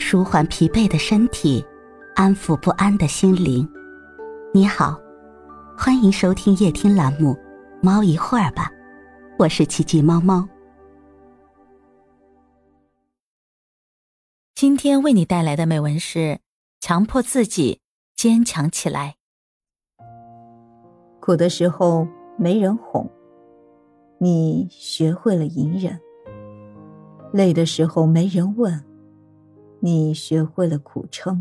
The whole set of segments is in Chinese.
舒缓疲惫的身体，安抚不安的心灵。你好，欢迎收听夜听栏目《猫一会儿吧》，我是奇迹猫猫。今天为你带来的美文是：强迫自己坚强起来。 苦的时候没人哄，你学会了隐忍；累的时候没人问，你学会了苦撑；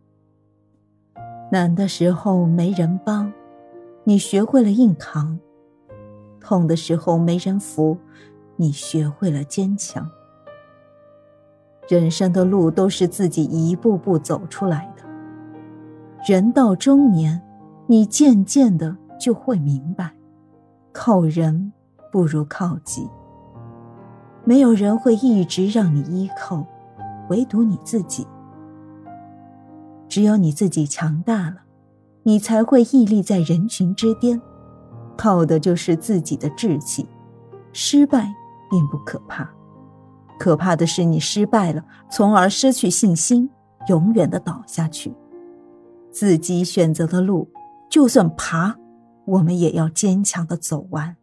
难的时候没人帮，你学会了硬扛；痛的时候没人扶，你学会了坚强。人生的路都是自己一步步走出来的，人到中年，你渐渐的就会明白，靠人不如靠己。没有人会一直让你依靠，唯独你自己。只有你自己强大了，你才会屹立在人群之巅，靠的就是自己的志气。失败并不可怕，可怕的是你失败了，从而失去信心，永远的倒下去。自己选择的路，就算爬，我们也要坚强的走完。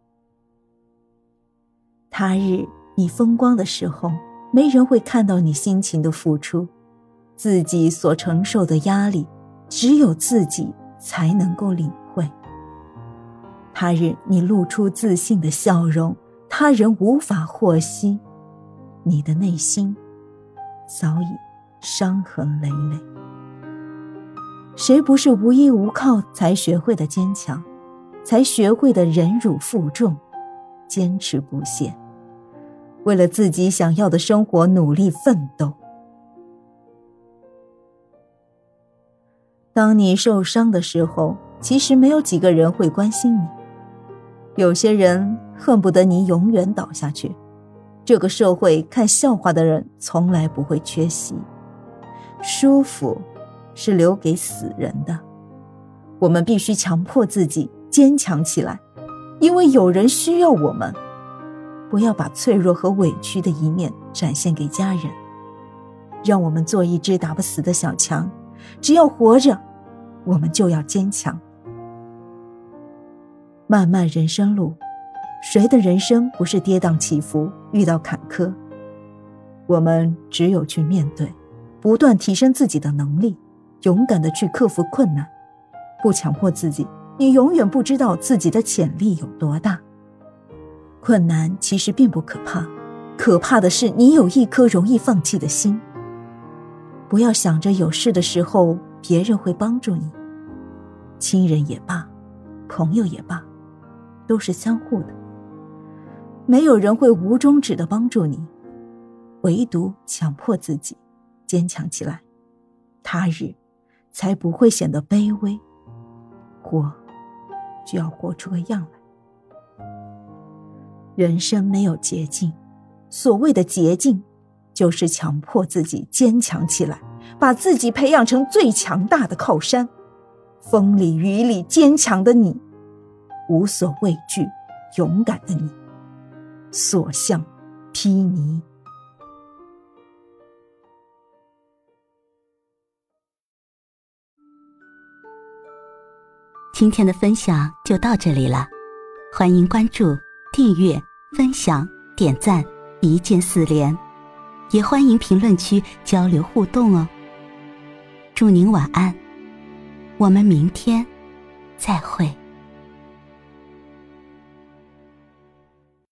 他日你风光的时候，没人会看到你辛勤的付出，自己所承受的压力，只有自己才能够领会。他日你露出自信的笑容，他人无法获悉，你的内心早已伤痕累累。谁不是无依无靠才学会的坚强，才学会的忍辱负重，坚持不懈，为了自己想要的生活努力奋斗。当你受伤的时候，其实没有几个人会关心你，有些人恨不得你永远倒下去。这个社会看笑话的人从来不会缺席，舒服是留给死人的。我们必须强迫自己坚强起来，因为有人需要我们。不要把脆弱和委屈的一面展现给家人，让我们做一只打不死的小强，只要活着，我们就要坚强。漫漫人生路，谁的人生不是跌宕起伏，遇到坎坷？我们只有去面对，不断提升自己的能力，勇敢地去克服困难。不强迫自己，你永远不知道自己的潜力有多大。困难其实并不可怕，可怕的是你有一颗容易放弃的心。不要想着有事的时候别人会帮助你，亲人也罢，朋友也罢，都是相互的。没有人会无终止地帮助你，唯独强迫自己坚强起来，他日才不会显得卑微，活就要活出个样来。人生没有捷径，所谓的捷径就是强迫自己坚强起来，把自己培养成最强大的靠山。风里雨里坚强的你，无所畏惧勇敢的你，所向披靡。 今天的分享就到这里了，欢迎关注、订阅、分享、点赞，一键4连，也欢迎评论区交流互动哦。祝您晚安，我们明天再会。